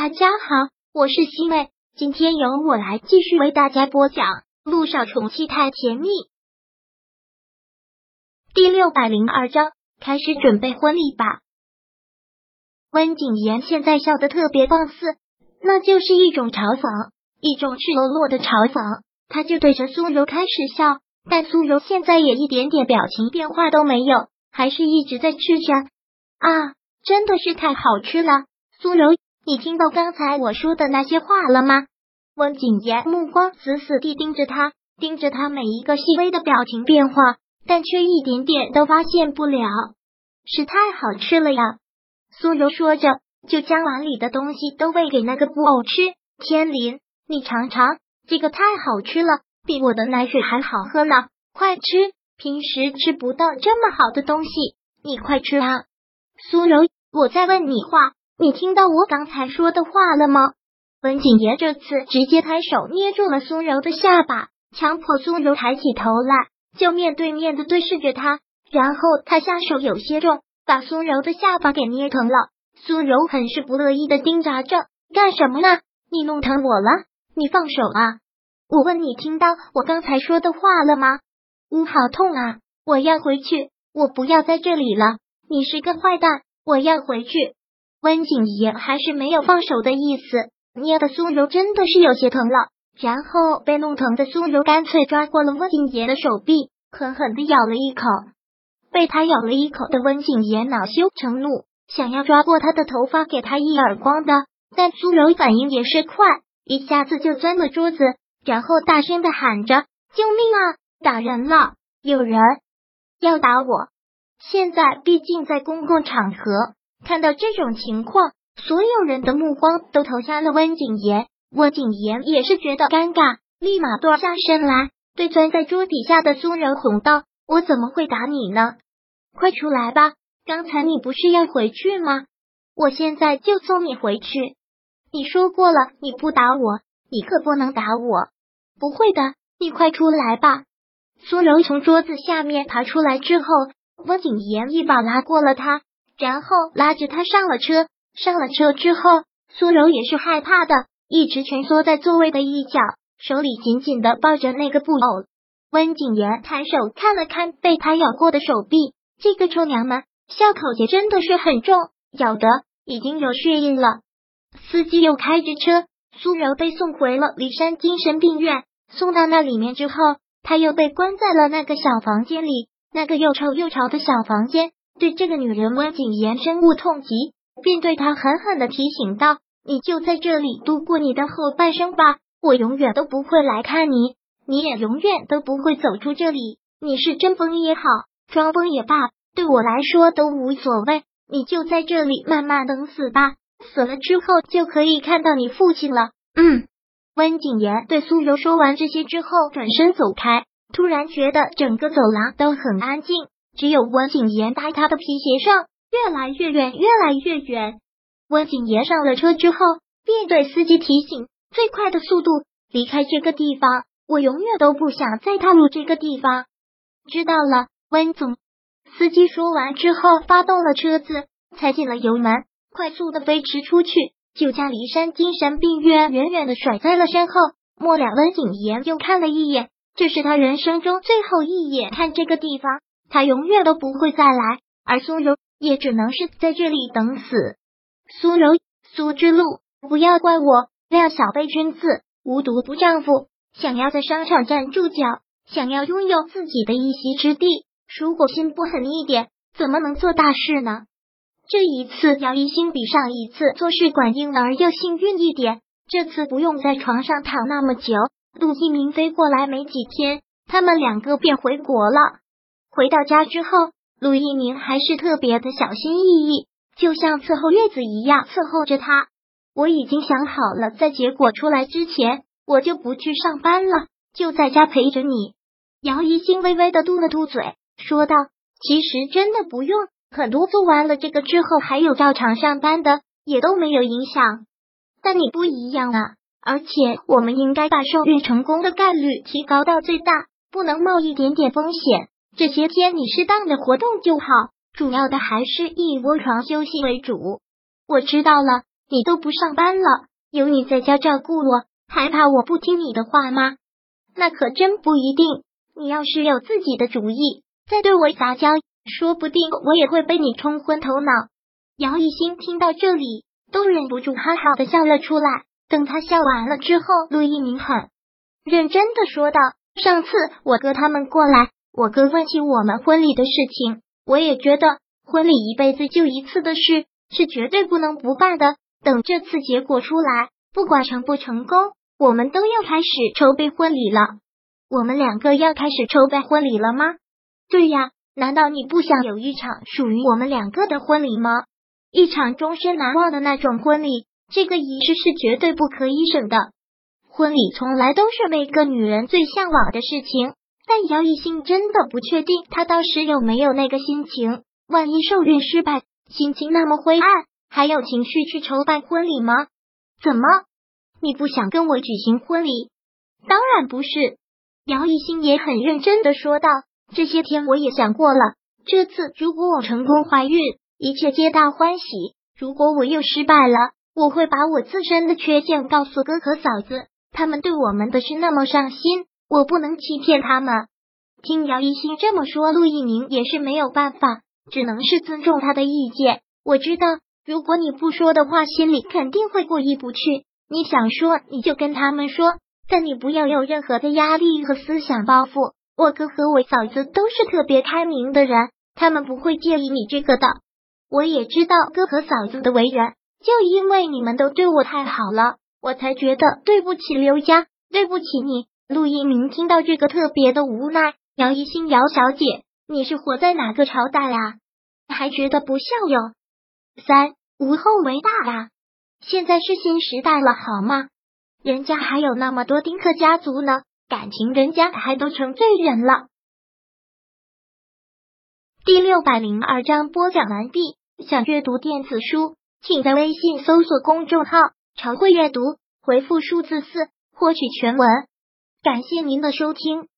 大家好，我是西妹，今天由我来继续为大家播讲《陆少宠妻太甜蜜》第602章，开始准备婚礼吧。温景言现在笑得特别放肆，那就是一种嘲讽，一种赤裸裸的嘲讽。他就对着苏柔开始笑，但苏柔现在也一点点表情变化都没有，还是一直在吃着。啊，真的是太好吃了，苏柔。你听到刚才我说的那些话了吗？温景言目光死死地盯着他每一个细微的表情变化，但却一点点都发现不了。是太好吃了呀！苏柔说着，就将碗里的东西都喂给那个布偶吃。天林，你尝尝，这个太好吃了，比我的奶水还好喝呢，快吃，平时吃不到这么好的东西，你快吃啊！苏柔，我在问你话。你听到我刚才说的话了吗？温景言这次直接抬手捏住了苏柔的下巴，强迫苏柔抬起头来，就面对面的对视着他，然后他下手有些重，把苏柔的下巴给捏疼了。苏柔很是不乐意的挣扎着，干什么呢？你弄疼我了，你放手啊！我问你听到我刚才说的话了吗？好痛啊！我要回去，我不要在这里了，你是个坏蛋，我要回去。温景言还是没有放手的意思，捏的苏柔真的是有些疼了，然后被弄疼的苏柔干脆抓过了温景言的手臂，狠狠地咬了一口。被他咬了一口的温景言恼羞成怒，想要抓过他的头发给他一耳光的，但苏柔反应也是快，一下子就钻了桌子，然后大声地喊着：救命啊，打人了，有人要打我。现在毕竟在公共场合，看到这种情况，所有人的目光都投向了温景言。温景言也是觉得尴尬，立马蹲下身来，对钻在桌底下的苏柔吼道：我怎么会打你呢？快出来吧，刚才你不是要回去吗？我现在就送你回去。你说过了，你不打我，你可不能打我。不会的，你快出来吧。苏柔从桌子下面爬出来之后，温景言一把拉过了他，然后拉着他上了车。上了车之后，苏柔也是害怕的，一直蜷缩在座位的一角，手里紧紧的抱着那个布偶。温景言抬手看了看被他咬过的手臂，这个臭娘们，笑口也真的是很重，咬的已经有血印了。司机又开着车，苏柔被送回了骊山精神病院。送到那里面之后，他又被关在了那个小房间里，那个又臭又潮的小房间。对这个女人温景言深恶痛疾，并对她狠狠的提醒道：你就在这里度过你的后半生吧，我永远都不会来看你，你也永远都不会走出这里，你是真疯也好，装疯也罢，对我来说都无所谓，你就在这里慢慢等死吧，死了之后就可以看到你父亲了。温景言对苏柔说完这些之后转身走开，突然觉得整个走廊都很安静，只有温景言在他的皮鞋上越来越远，越来越远。温景言上了车之后，便对司机提醒：最快的速度离开这个地方，我永远都不想再踏入这个地方。知道了，温总。司机说完之后，发动了车子，踩紧了油门，快速的飞驰出去，就将骊山精神病院远远的甩在了身后。末了，温景言又看了一眼，这是他人生中最后一眼看这个地方，他永远都不会再来，而苏柔也只能是在这里等死。苏柔，苏之路，不要怪我，料小辈君子，无毒不丈夫，想要在商场站住脚，想要拥有自己的一席之地，如果心不狠一点，怎么能做大事呢？这一次姚一星比上一次做试管婴儿要幸运一点，这次不用在床上躺那么久。陆一鸣飞过来没几天，他们两个便回国了。回到家之后，陆一鸣还是特别的小心翼翼，就像伺候月子一样伺候着他。我已经想好了，在结果出来之前，我就不去上班了，就在家陪着你。姚一星微微的嘟了嘟嘴，说道：其实真的不用，很多做完了这个之后还有照常上班的，也都没有影响。但你不一样啊，而且我们应该把受孕成功的概率提高到最大，不能冒一点点风险。这些天你适当的活动就好，主要的还是以卧床休息为主。我知道了， 你都不上班了，有你在家照顾我，还怕我不听你的话吗？那可真不一定，你要是有自己的主意，再对我撒娇，说不定我也会被你冲昏头脑。姚一新听到这里，都忍不住哈哈的笑了出来。等他笑完了之后，陆一鸣很认真的说道，上次我哥他们过来，我哥问起我们婚礼的事情，我也觉得婚礼一辈子就一次的事，是绝对不能不办的。等这次结果出来，不管成不成功，我们都要开始筹备婚礼了。我们两个要开始筹备婚礼了吗？对呀，难道你不想有一场属于我们两个的婚礼吗？一场终身难忘的那种婚礼，这个仪式是绝对不可以省的。婚礼从来都是每个女人最向往的事情，但姚一新真的不确定她当时有没有那个心情，万一受孕失败，心情那么灰暗，还有情绪去筹办婚礼吗？怎么，你不想跟我举行婚礼？当然不是。姚一新也很认真的说道，这些天我也想过了，这次如果我成功怀孕，一切皆大欢喜，如果我又失败了，我会把我自身的缺陷告诉哥和嫂子，他们对我们的事那么上心，我不能欺骗他们。听姚一新这么说，陆一鸣也是没有办法，只能是尊重他的意见。我知道，如果你不说的话，心里肯定会过意不去，你想说你就跟他们说，但你不要有任何的压力和思想包袱。我哥和我嫂子都是特别开明的人，他们不会介意你这个的。我也知道哥和嫂子的为人，就因为你们都对我太好了，我才觉得对不起刘家，对不起你。陆一鸣听到这个特别的无奈，姚一新姚小姐，你是活在哪个朝代啊？还觉得不孝有三无后为大啊？现在是新时代了好吗？人家还有那么多丁克家族呢，感情人家还都成罪人了。第602章播讲完毕。想阅读电子书，请在微信搜索公众号常会阅读，回复数字4获取全文。感谢您的收听。